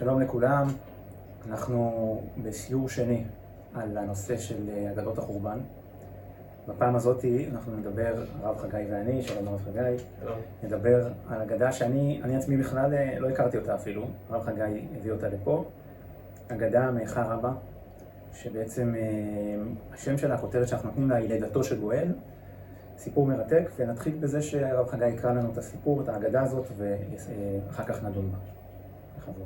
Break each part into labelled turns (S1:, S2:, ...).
S1: שלום לכולם, אנחנו בשיעור שני על הנושא של אגדות החורבן. בפעם הזאת אנחנו נדבר, הרב חגי ואני, שלום הרב חגי, נדבר על אגדה שאני עצמי בכלל לא הכרתי אותה אפילו, הרב חגי הביא אותה לפה, אגדה מאיכה רבה, שבעצם השם שלה, הכותרת שאנחנו נותנים לה, היא לידתו של גואל, סיפור מרתק, ונתחיל בזה שהרב חגי יקרא לנו את הסיפור, את האגדה הזאת, ואחר כך נדון בה. בכבוד.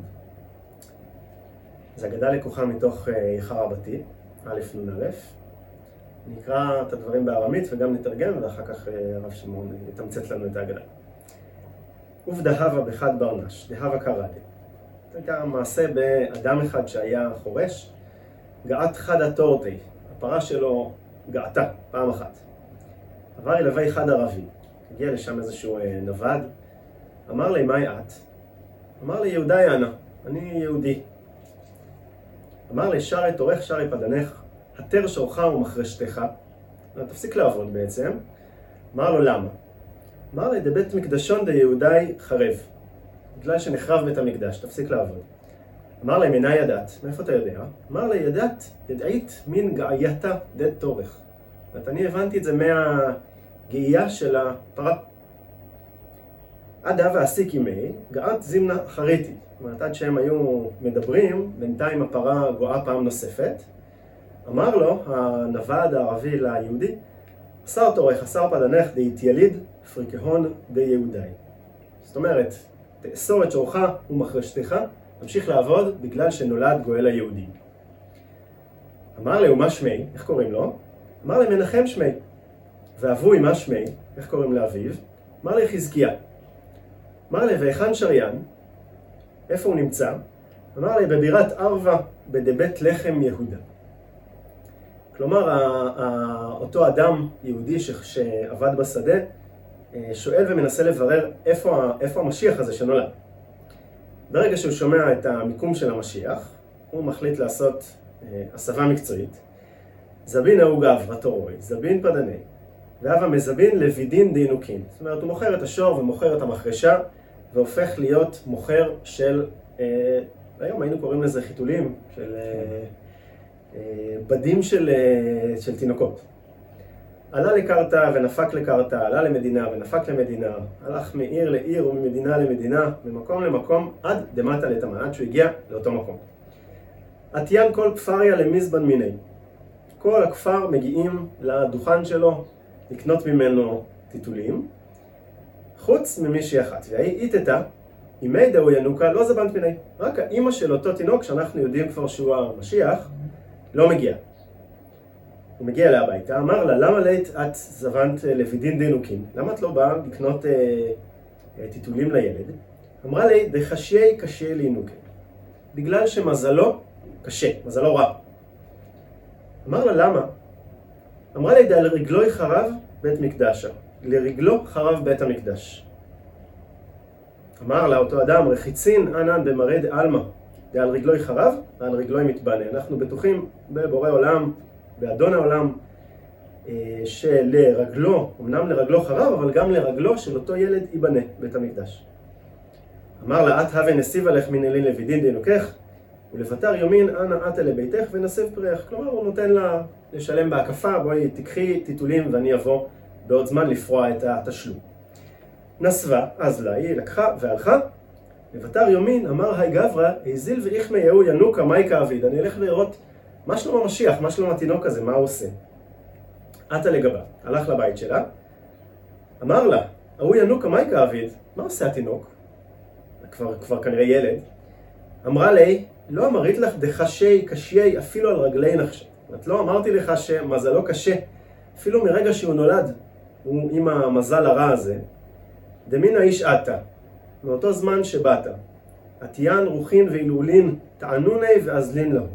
S2: אז אגדה לקוחה מתוך איכה רבתי, א' נ' א'. נקרא את הדברים בארמית וגם נתרגם, ואחר כך הרב שמעון יתמצת לנו את האגדה. ובדהבה בחד ברנש, דהבה קרא לי. זה הייתה מעשה באדם אחד שהיה חורש, געת חדה תורתי, הפרה שלו געתה פעם אחת. עבר אליו חד ערבי, הגיע לשם איזשהו נווד, אמר לי, מהי את? אמר לי, יהודי אנא, אני יהודי. אמר לי, שרי תורך, שרי פדנך, התר שורך ומחרשתך. תפסיק לעבוד בעצם. אמר לו, למה? אמר לי, דבית מקדשון דיהודי חרב. בגלל שנחרב בית המקדש, תפסיק לעבוד. אמר לי, מנה ידעת? מאיפה אתה יודע? אמר לי, ידעית מן גאייתה דד תורך. אני הבנתי את זה מהגאייה של הפרה. עד אבה עסיק ימי, געת זימנה חריתי. זאת אומרת, עד שהם היו מדברים, בינתיים הפרה גואה פעם נוספת. אמר לו, הנווד הערבי ליהודי, אסר תורך, אסר פדנך, דית יליד, פריקהון די יהודי. זאת אומרת, תאסור את שורך ומחרשתך, תמשיך לעבוד בגלל שנולד גואל היהודי. אמר לי, ומה שמי? איך קוראים לו? אמר לי, מנחם שמי. ואבוי, מה שמי? איך קוראים לאביו? אמר לי, חזקיה. אמר לי, והיכן שריין? איפה הוא נמצא? אמר לי, בבירת ערבה, בדבית לחם יהודה. כלומר, אותו אדם יהודי שעבד בשדה, שואל ומנסה לברר איפה המשיח הזה שנולד. ברגע שהוא שומע את המיקום של המשיח, הוא מחליט לעשות הסבה מקצועית. זבין אהוג אברתורוי, זבין פדני, ואבא מזבין לוידין דינוקין. זאת אומרת, הוא מוכר את השור ומוכר את המחרשה, והופך להיות מוכר של, היום היינו קוראים לזה חיתולים, של בדים של תינוקות. עלה לקרתא ונפק לקרתא, עלה למדינה ונפק למדינה, הלך מעיר לעיר וממדינה למדינה, ממקום למקום, עד דמטה לתמן, עד שהוא הגיע לאותו מקום. עטיין כל כפריה למזבן מיני. כל הכפר מגיעים לדוכן שלו לקנות ממנו טיטולים, חוץ ממישהי אחת. והיא איתתה, אימי דאו ינוקה לא זבנת מיני. רק האמא של אותו תינוק, שאנחנו יודעים כבר שהוא המשיח, לא מגיע. הוא מגיע אליה הביתה, אמר לה, למה לית את זבנת לוידין דינוקים? למה את לא באה לקנות טיטולים לילד? אמרה לי, דחשיי קשה לינוקה. בגלל שמזלו קשה, מזלו רע. אמר לה, למה? אמרה לי, דעל רגלוי חרב בית מקדשה. לרגלו חרב בית המקדש. אמר לה אותו אדם, רחיצין ענן במראה דעלמא, דעל רגלוי חרב ועל רגלוי מתבנה. אנחנו בטוחים בבורא עולם, באדון העולם, שלרגלו, אמנם לרגלו חרב, אבל גם לרגלו של אותו ילד ייבנה בית המקדש. אמר לה, את הווה נסיבה לך מן אלין לוידין דינוקך, ולבטר יומין אנא עתה לביתך ונסב פריך. כלומר, הוא נותן לה לשלם בהקפה, בואי תקחי טיטולים ואני אבוא בעוד זמן לפרוע את התשלום. נסבה, אז לה, היא לקחה והלכה, לבטר יומין, אמר היי גברא, הזיל ואיכמי יהו ינוקה מייקה אביד. אני אלך לראות מה שלום המשיח, מה שלום התינוק הזה, מה הוא עושה. עתה לגבה, הלך לבית שלה, אמר לה, ההוא ינוקה מייקה אביד, מה עושה התינוק? כבר כנראה ילד. אמרה לי, לא אמרית לך דחשי קשיי אפילו על רגלי נחשי. את לא אמרתי לך שמזלו קשה, אפילו מרגע שהוא נולד, הוא עם המזל הרע הזה. דמין האיש עתה, מאותו זמן שבאת, עטיין רוחין ואילולין תענוני ואזלין לו.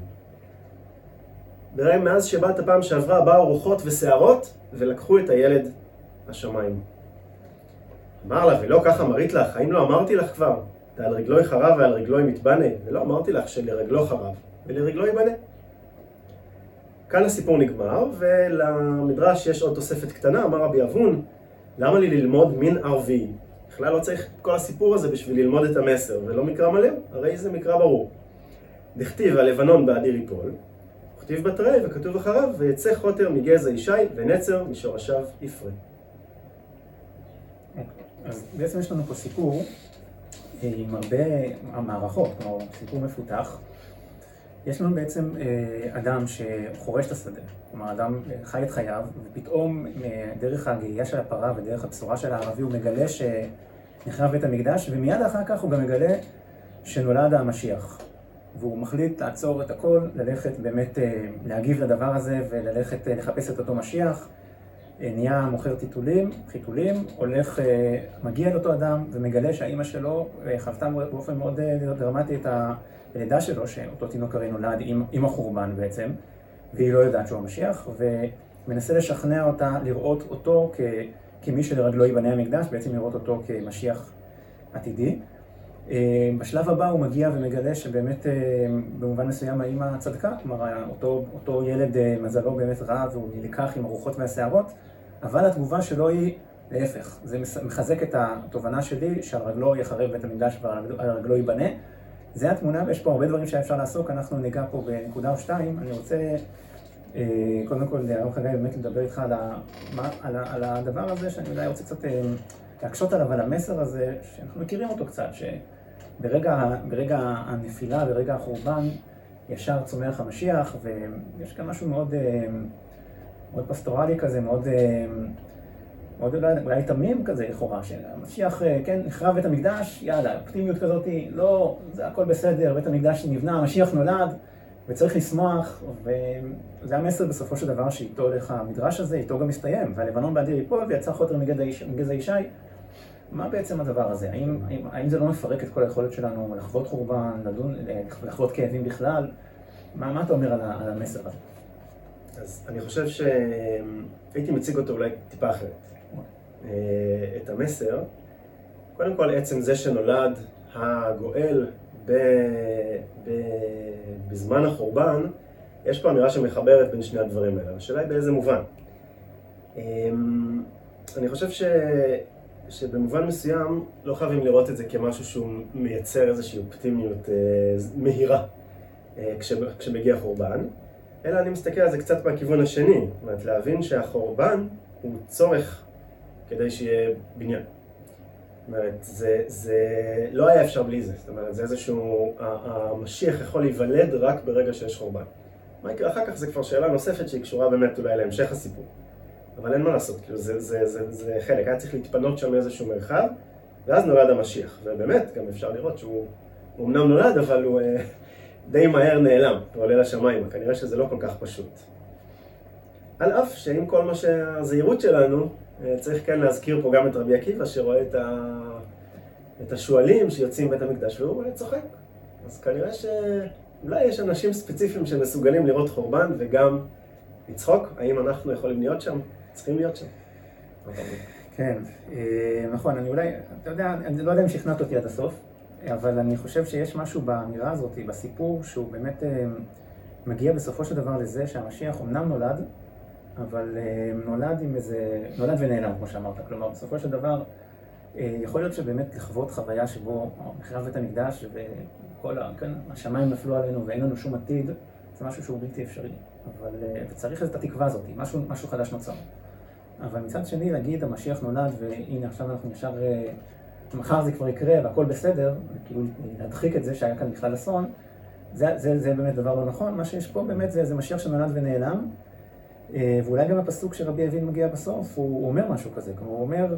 S2: מאז שבאת פעם שעברה באו רוחות ושערות ולקחו את הילד השמיים. אמר לה, ולא ככה אמרית לך, האם לא אמרתי לך כבר? על רגלוי חרב ועל רגלוי מתבנה, ולא אמרתי לך שלרגלו חרב ולרגלו יבנה. כאן הסיפור נגמר, ולמדרש יש עוד תוספת קטנה, אמר רבי אבון, למה לי ללמוד מין ערבי? בכלל לא צריך את כל הסיפור הזה בשביל ללמוד את המסר, ולא מקרא מלא, הרי זה מקרא ברור. דכתיב הלבנון באדיר יפול, וכתיב בתרי וכתוב אחריו, ויצא חוטר מגזע ישי ונצר משורשיו יפרה.
S1: אז בעצם יש לנו פה סיפור עם הרבה מערכות, כלומר סיפור מפותח. יש לנו בעצם אדם שחורש את השדה, כלומר אדם חי את חייו, ופתאום דרך הגייה של הפרה ודרך הבשורה של הערבי הוא מגלה שנחרב בית המקדש, ומיד אחר כך הוא גם מגלה שנולד המשיח. והוא מחליט לעצור את הכל, ללכת באמת להגיב לדבר הזה וללכת לחפש את אותו משיח. נהיה מוכר חיתולים, הולך, מגיע לאותו אדם ומגלה שהאימא שלו חוותה באופן מאוד דרמטי את הלידה שלו, שאותו תינוק הרי נולד עם החורבן בעצם, והיא לא יודעת שהוא המשיח, ומנסה לשכנע אותה לראות אותו כמי שלרגלו ייבנה המקדש, בעצם לראות אותו כמשיח עתידי. בשלב הבא הוא מגיע ומגלה שבאמת במובן מסוים האמא צדקה, כלומר אותו ילד מזלו באמת רע והוא נלקח עם הרוחות והשערות, אבל התגובה שלו היא להפך, זה מחזק את התובנה שלי שעל רגלו יחרב בית המקדש ועל רגלו ייבנה. זה התמונה ויש פה הרבה דברים שאפשר לעסוק, אנחנו ניגע פה בנקודה או שתיים. אני רוצה קודם כל הרב חגי באמת לדבר איתך על הדבר הזה שאני אולי רוצה קצת להקשות עליו, על המסר הזה שאנחנו מכירים אותו קצת, שברגע הנפילה, ברגע החורבן, ישר צומח המשיח, ויש כאן משהו מאוד פסטורלי כזה, מאוד אולי תמים כזה לכאורה, שהמשיח כן נחרב בית המקדש, יאללה, אופטימיות כזאת, לא, זה הכל בסדר, בית המקדש נבנה, המשיח נולד, וצריך לשמוח, וזה המסר בסופו של דבר שאיתו הולך המדרש הזה, איתו גם מסתיים, והלבנון באדיר יפול ויצא חוטר מגזע ישי. מה בעצם הדבר הזה? האם זה לא מפרק את כל היכולת שלנו לחוות חורבן, לחוות כאבים בכלל? מה אתה אומר על המסר הזה?
S2: אז אני חושב שהייתי מציג אותו אולי טיפה אחרת. את המסר, קודם כל עצם זה שנולד הגואל בזמן החורבן, יש פה אמירה שמחברת בין שני הדברים האלה. השאלה היא באיזה מובן. אני חושב שבמובן מסוים לא חייבים לראות את זה כמשהו שהוא מייצר איזושהי אופטימיות מהירה כשמגיע חורבן, אלא אני מסתכל על זה קצת מהכיוון השני, זאת אומרת להבין שהחורבן הוא צורך כדי שיהיה בניין. זאת אומרת, זה לא היה אפשר בלי זה, זאת אומרת, זה איזשהו, המשיח יכול להיוולד רק ברגע שיש חורבן. מה יקרה אחר כך זה כבר שאלה נוספת שהיא קשורה באמת אולי להמשך הסיפור. אבל אין מה לעשות, כאילו זה חלק, היה צריך להתפנות שם איזשהו מרחב, ואז נולד המשיח. ובאמת, גם אפשר לראות שהוא אמנם נולד, אבל הוא די מהר נעלם, הוא עולה לשמיים, כנראה שזה לא כל כך פשוט. על אף שעם כל מה שהזהירות שלנו, צריך כן להזכיר פה גם את רבי עקיבא, שרואה את השואלים שיוצאים בית המקדש, והוא צוחק. אז כנראה שאולי יש אנשים ספציפיים שמסוגלים לראות חורבן וגם לצחוק. האם אנחנו יכולים להיות שם? צריכים להיות שם.
S1: כן, נכון, אני אולי, אתה יודע, אני לא יודע אם שכנעת אותי עד הסוף, אבל אני חושב שיש משהו באמירה הזאת, בסיפור, שהוא באמת מגיע בסופו של דבר לזה שהמשיח אומנם נולד, אבל נולד ונעלם, כמו שאמרת. כלומר, בסופו של דבר, יכול להיות שבאמת לחוות חוויה שבו נחרב בית המקדש וכל השמיים נפלו עלינו ואין לנו שום עתיד, זה משהו שהוא בלתי אפשרי. אבל צריך את התקווה הזאת, משהו חדש נוצר. אבל מצד שני, להגיד, המשיח נולד והנה עכשיו אנחנו נשאר, מחר זה כבר יקרה והכל בסדר, וכאילו להדחיק את זה שהיה כאן בכלל אסון, זה באמת דבר לא נכון. מה שיש פה באמת זה משיח שנולד ונעלם, ואולי גם הפסוק שרבי אבין מגיע בסוף, הוא אומר משהו כזה, כמו הוא אומר,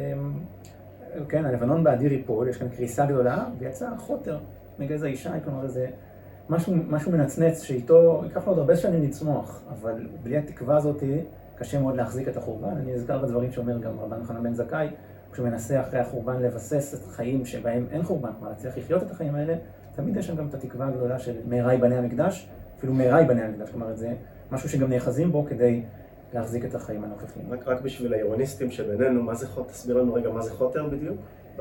S1: כן, הלבנון באדיר יפול, יש כאן קריסה גדולה, ויצא חוטר מגזע ישי, כלומר זה משהו מנצנץ שאיתו ייקח לו עוד הרבה שנים לצמוח, אבל בלי התקווה הזאת קשה מאוד להחזיק את החורבן. אני אזכר בדברים שאומר גם רבן יוחנן בן זכאי, כשהוא מנסה אחרי החורבן לבסס את החיים שבהם אין חורבן, כלומר להצליח לחיות את החיים האלה, תמיד יש שם גם את התקווה הגדולה של מהרה ייבנה המקדש, אפילו מהרה ייבנה המקדש, כלומר זה משהו שגם נאחזים בו כדי להחזיק את החיים הנוכחיים.
S2: רק בשביל האירוניסטים שבינינו, מה זה חוטר? תסביר לנו רגע מה זה חוטר בדיוק?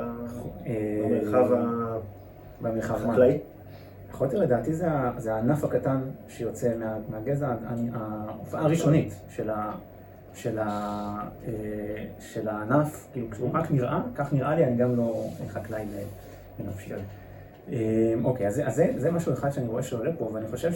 S2: במרחב החקלאי?
S1: החוטר לדעתי זה הענף הקטן שיוצא מהגזע, ההופעה הראשונית של הענף, כאילו כשהוא רק נראה, כך נראה לי, אני גם לא חקלאי בנפשי. אוקיי, אז זה משהו אחד שאני רואה שעולה פה, ואני חושב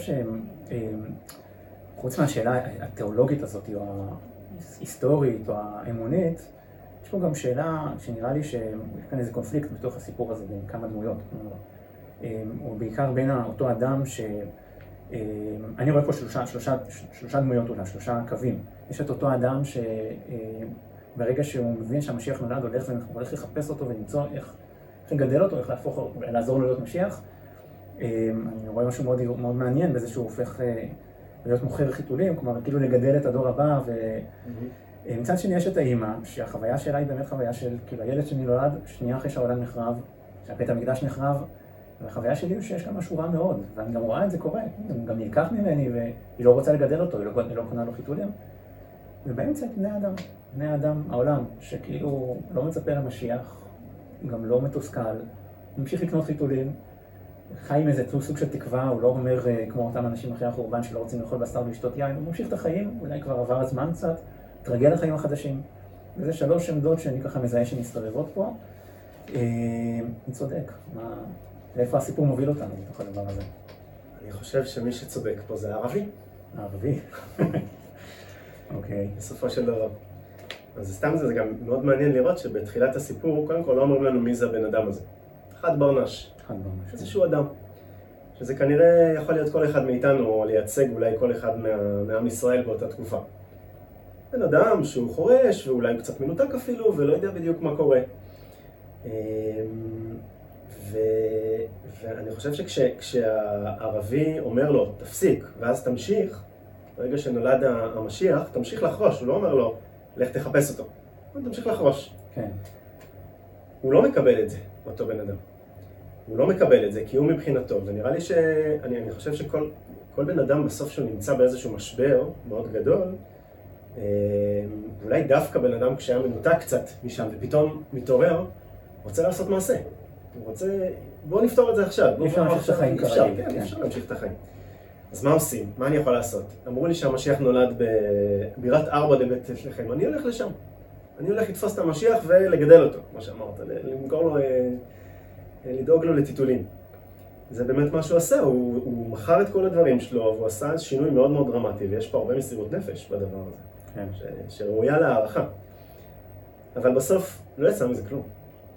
S1: שחוץ מהשאלה התיאולוגית הזאת, או ההיסטורית, או האמונית, יש פה גם שאלה שנראה לי שיש כאן איזה קונפליקט בתוך הסיפור הזה בין כמה דמויות. או בעיקר בין אותו אדם אני רואה פה שלושה דמויות אולי, שלושה קווים. יש את אותו אדם שברגע שהוא מבין שהמשיח נולד, הולך לחפש אותו ולמצוא איך לגדל אותו, איך לעזור לו להיות משיח. אני רואה משהו מאוד, מאוד מעניין בזה שהוא הופך להיות מוכר חיתולים, כלומר כאילו לגדל את הדור הבא. ומצד שני יש את האמא, שהחוויה שלה היא באמת חוויה של כאילו הילד שלי נולד שנייה אחרי שהעולם נחרב, שהבית המקדש נחרב, והחוויה שלי היא שיש כאן משהו רע מאוד, ואני גם רואה את זה קורה, הוא גם נלקח ממני והיא לא רוצה לגדל אותו, היא לא קונה לו חיתולים. ובאמצע בני אדם, העולם, שכאילו לא מצפה למשיח, גם לא מתוסכל, ממשיך לקנות חיתולים, חי עם איזה סוג של תקווה, הוא לא אומר כמו אותם אנשים אחרי החורבן שלא רוצים לאכול בשר ולשתות יין, הוא ממשיך את החיים, אולי כבר עבר הזמן קצת, תרגל לחיים החדשים. וזה 3 עמדות שאני ככה מזהה שמסתובבות פה. אני צודק, לאיפה הסיפור מוביל אותנו בתוך הדבר הזה?
S2: אני חושב שמי שצודק פה זה הערבי.
S1: הערבי? אוקיי.
S2: בסופו של דבר. אז סתם זה גם מאוד מעניין לראות שבתחילת הסיפור, קודם כל לא אומרים לנו מי זה הבן אדם הזה. אחד ברנש. איזשהו אדם. שזה כנראה יכול להיות כל אחד מאיתנו, או לייצג אולי כל אחד מעם ישראל באותה תקופה. בן אדם שהוא חורש, ואולי הוא קצת מנותק אפילו, ולא יודע בדיוק מה קורה. ואני חושב שכשהערבי אומר לו, תפסיק, ואז תמשיך, ברגע שנולד המשיח, תמשיך לחרוש, הוא לא אומר לו, לך תחפש אותו, הוא תמשיך לחרוש.
S1: כן.
S2: הוא לא מקבל את זה, אותו בן אדם. הוא לא מקבל את זה, כי הוא מבחינתו, ונראה לי אני חושב שכל בן אדם בסוף שהוא נמצא באיזשהו משבר מאוד גדול, אולי דווקא בן אדם כשהיה מנותק קצת משם, ופתאום מתעורר, רוצה לעשות מעשה. הוא רוצה, בואו נפתור את זה עכשיו.
S1: אפשר להמשיך את החיים כרגיל.
S2: כן, אפשר להמשיך את החיים. אז מה עושים? מה אני יכול לעשות? אמרו לי שהמשיח נולד בבירת 4 לבית לחם. אני הולך לשם. אני הולך לתפוס את המשיח ולגדל אותו, כמו שאמרת. למכור לו, לדאוג לו לטיטולים. זה באמת מה שהוא עשה. הוא מכר את כל הדברים שלו, והוא עשה שינוי מאוד מאוד דרמטי, ויש פה הרבה מסירות נפש בדבר הזה.
S1: כן.
S2: שראויה להערכה. אבל בסוף לא יצא מזה כלום.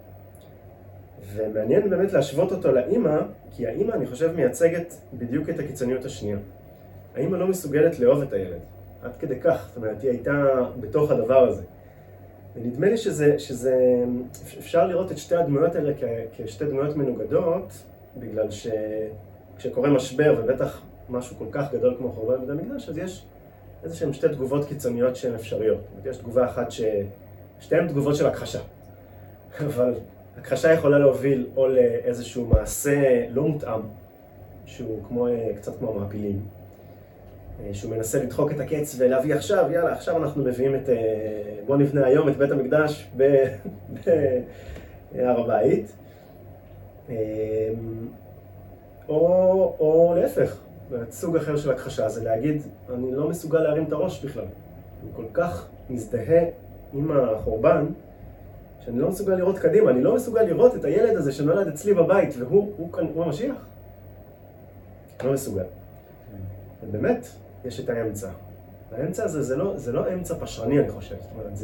S2: ומעניין באמת להשוות אותו לאמא, כי האמא, אני חושב, מייצגת בדיוק את הקיצוניות השנייה. האמא לא מסוגלת לאהוב את הילד, עד כדי כך, זאת אומרת, היא הייתה בתוך הדבר הזה. ונדמה לי אפשר לראות את שתי הדמויות האלה כשתי דמויות מנוגדות, בגלל שכשקורה משבר, ובטח משהו כל כך גדול כמו חורבן בית המקדש, אז יש איזשהם שתי תגובות קיצוניות שהן אפשריות. זאת אומרת, יש תגובה אחת שתיהן תגובות של הכחשה, אבל הכחשה יכולה להוביל או לאיזשהו מעשה לא מותאם, שהוא קצת כמו מעפילים, שהוא מנסה לדחוק את הקץ ולהביא עכשיו, יאללה, עכשיו אנחנו מביאים בוא נבנה היום את בית המקדש בהר הבית. או להפך, סוג אחר של הכחשה זה להגיד, אני לא מסוגל להרים את הראש בכלל. אני כל כך מזדהה עם החורבן, שאני לא מסוגל לראות קדימה, אני לא מסוגל לראות את הילד הזה שנולד אצלי בבית, והוא המשיח. לא מסוגל. ובאמת, יש את האמצע. האמצע הזה זה לא אמצע פשרני, אני חושב. זאת אומרת,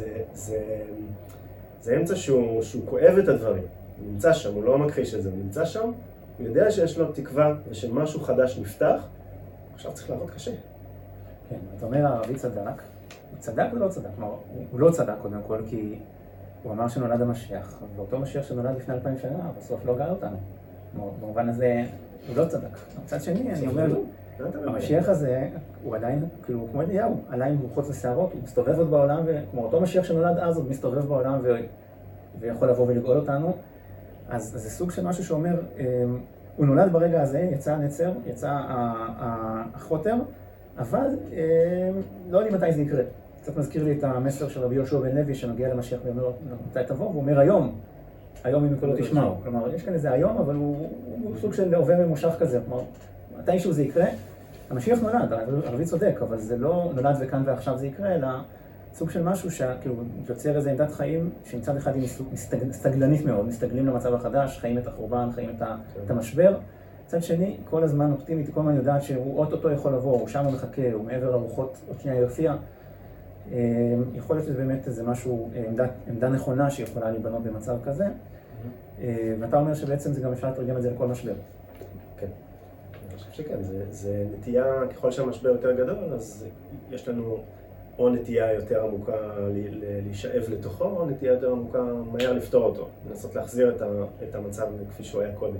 S2: זה אמצע שהוא כואב את הדברים. הוא נמצא שם, הוא לא מכחיש את זה, הוא נמצא שם, הוא יודע שיש לו תקווה ושמשהו חדש נפתח, עכשיו צריך לעבוד קשה.
S1: כן, אתה אומר, הערבי צדק. הוא צדק ולא צדק. הוא לא צדק קודם כל, כי הוא אמר שנולד המשיח, ואותו משיח שנולד לפני 2000 שנה, בסוף לא גר אותנו. במובן הזה, הוא לא צדק. מצד שני, אני אומר, המשיח הזה, הוא עדיין, כאילו, כמו אליהו, עליין רוחות ושערות, הוא מסתובב עוד בעולם, וכמו אותו משיח שנולד אז, הוא מסתובב בעולם ויכול לבוא ולגאול אותנו. אז זה סוג של משהו שאומר, הוא נולד ברגע הזה, יצא הנצר, יצא החוטר, אבל לא יודעים מתי זה יקרה. קצת מזכיר לי את המסר של רבי יהושע בן לוי שמגיע למשיח ואומר לו, מתי תבוא? והוא אומר היום אם קולו תשמעו. כלומר, יש כאן איזה היום, אבל הוא סוג של הווה ממושך כזה. כלומר, מתישהו זה יקרה. המשיח נולד, הרבי צודק, אבל זה לא נולד וכאן ועכשיו זה יקרה, אלא סוג של משהו שכאילו יוצר איזו עמדת חיים שמצד אחד היא סטגלנית מאוד, מסתגלים למצב החדש, חיים את החורבן, חיים את המשבר. מצד שני, כל הזמן אופטימית, כל הזמן יודעת שהוא אוטוטו יכול לבוא, הוא שם מחכה, הוא מעבר לרוחות, עוד שנייה יופיע. יכול להיות שזה באמת איזה משהו, עמדה נכונה שיכולה להיבנות במצב כזה. ואתה אומר שבעצם זה גם אפשר לתרגם את זה לכל משבר.
S2: כן, אני חושב שכן, זה נטייה, ככל שהמשבר יותר גדול, אז יש לנו או נטייה יותר עמוקה להישאב לתוכו, או נטייה יותר עמוקה מהר לפתור אותו, לנסות להחזיר את המצב כפי שהוא היה קודם.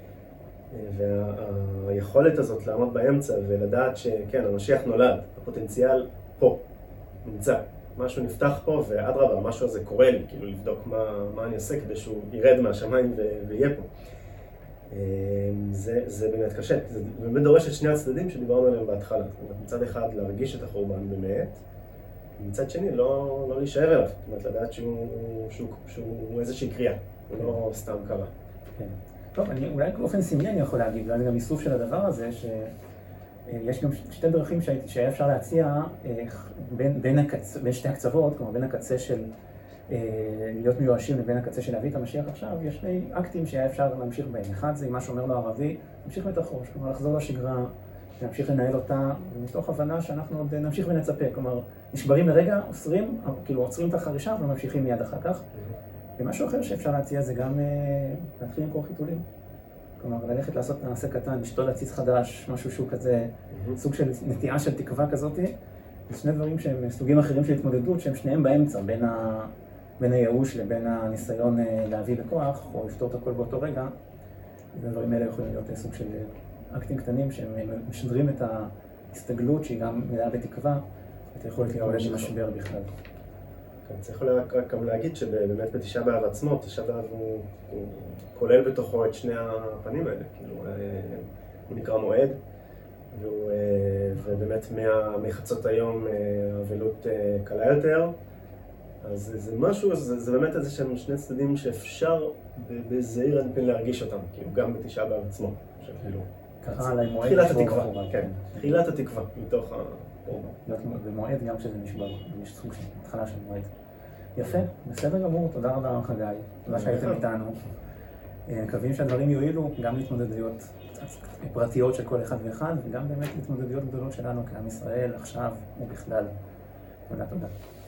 S2: והיכולת הזאת לעמוד באמצע ולדעת שכן, המשיח נולד, הפוטנציאל פה, נמצא. משהו נפתח פה, ואדרבה, משהו הזה קורה לי, כאילו לבדוק מה אני עושה כדי שהוא ירד מהשמיים ויהיה פה. זה באמת קשה, זה באמת דורש את שני הצדדים שדיברנו עליהם בהתחלה. זאת אומרת, מצד אחד להרגיש את החורבן באמת, ומצד שני לא להישאר אליו, זאת אומרת, לדעת שהוא איזושהי קריאה, הוא לא סתם קרה.
S1: כן. טוב, אולי באופן סמלי אני יכול להגיד, ואני גם איסוף של הדבר הזה, שיש גם שתי דרכים שהיה אפשר להציע בין שתי הקצוות, כלומר בין הקצה של להיות מיואשים לבין הקצה של להביא את המשיח עכשיו, יש שני אקטים שהיה אפשר להמשיך בהם. אחד זה מה שאומר לו הערבי, להמשיך מתחוש, כלומר לחזור לשגרה, להמשיך לנהל אותה, ומתוך הבנה שאנחנו עוד נמשיך ונצפה, כלומר נשברים לרגע, עוצרים את החרישה וממשיכים מיד אחר כך. ומשהו אחר שאפשר להציע זה גם להתחיל למכור חיתולים. כלומר, ללכת לעשות מעשה קטן, לשתול עציץ חדש, משהו שהוא כזה, סוג של נטיעה של תקווה כזאת. זה שני דברים שהם סוגים אחרים של התמודדות, שהם שניהם באמצע, בין הייאוש לבין הניסיון להביא בכוח, או לפתור את הכל באותו רגע. הדברים האלה יכולים להיות סוג של אקטים קטנים, שהם משדרים את ההסתגלות, שהיא גם מלאה בתקווה, את היכולת להתמודד עם משבר בכלל.
S2: כן, צריך רק גם להגיד שבאמת בתשעה באב עצמו, תשעה באב הוא כולל בתוכו את שני הפנים האלה, כאילו הוא נקרא מועד, ובאמת מחצות היום האבלות קלה יותר, אז זה משהו, זה באמת איזה שהם שני צדדים שאפשר בזעיר אנפין להרגיש אותם, כאילו גם בתשעה באב עצמו, שכאילו תחילת התקווה, כן, תחילת התקווה מתוך
S1: במועד גם כשזה נשבר, יש סוג של התחלה של מועד. יפה, בסדר גמור, תודה רבה חגי, תודה שהייתם איתנו. מקווים שהדברים יועילו גם להתמודדויות פרטיות של כל אחד ואחד, וגם באמת להתמודדויות גדולות שלנו כעם ישראל, עכשיו ובכלל. תודה.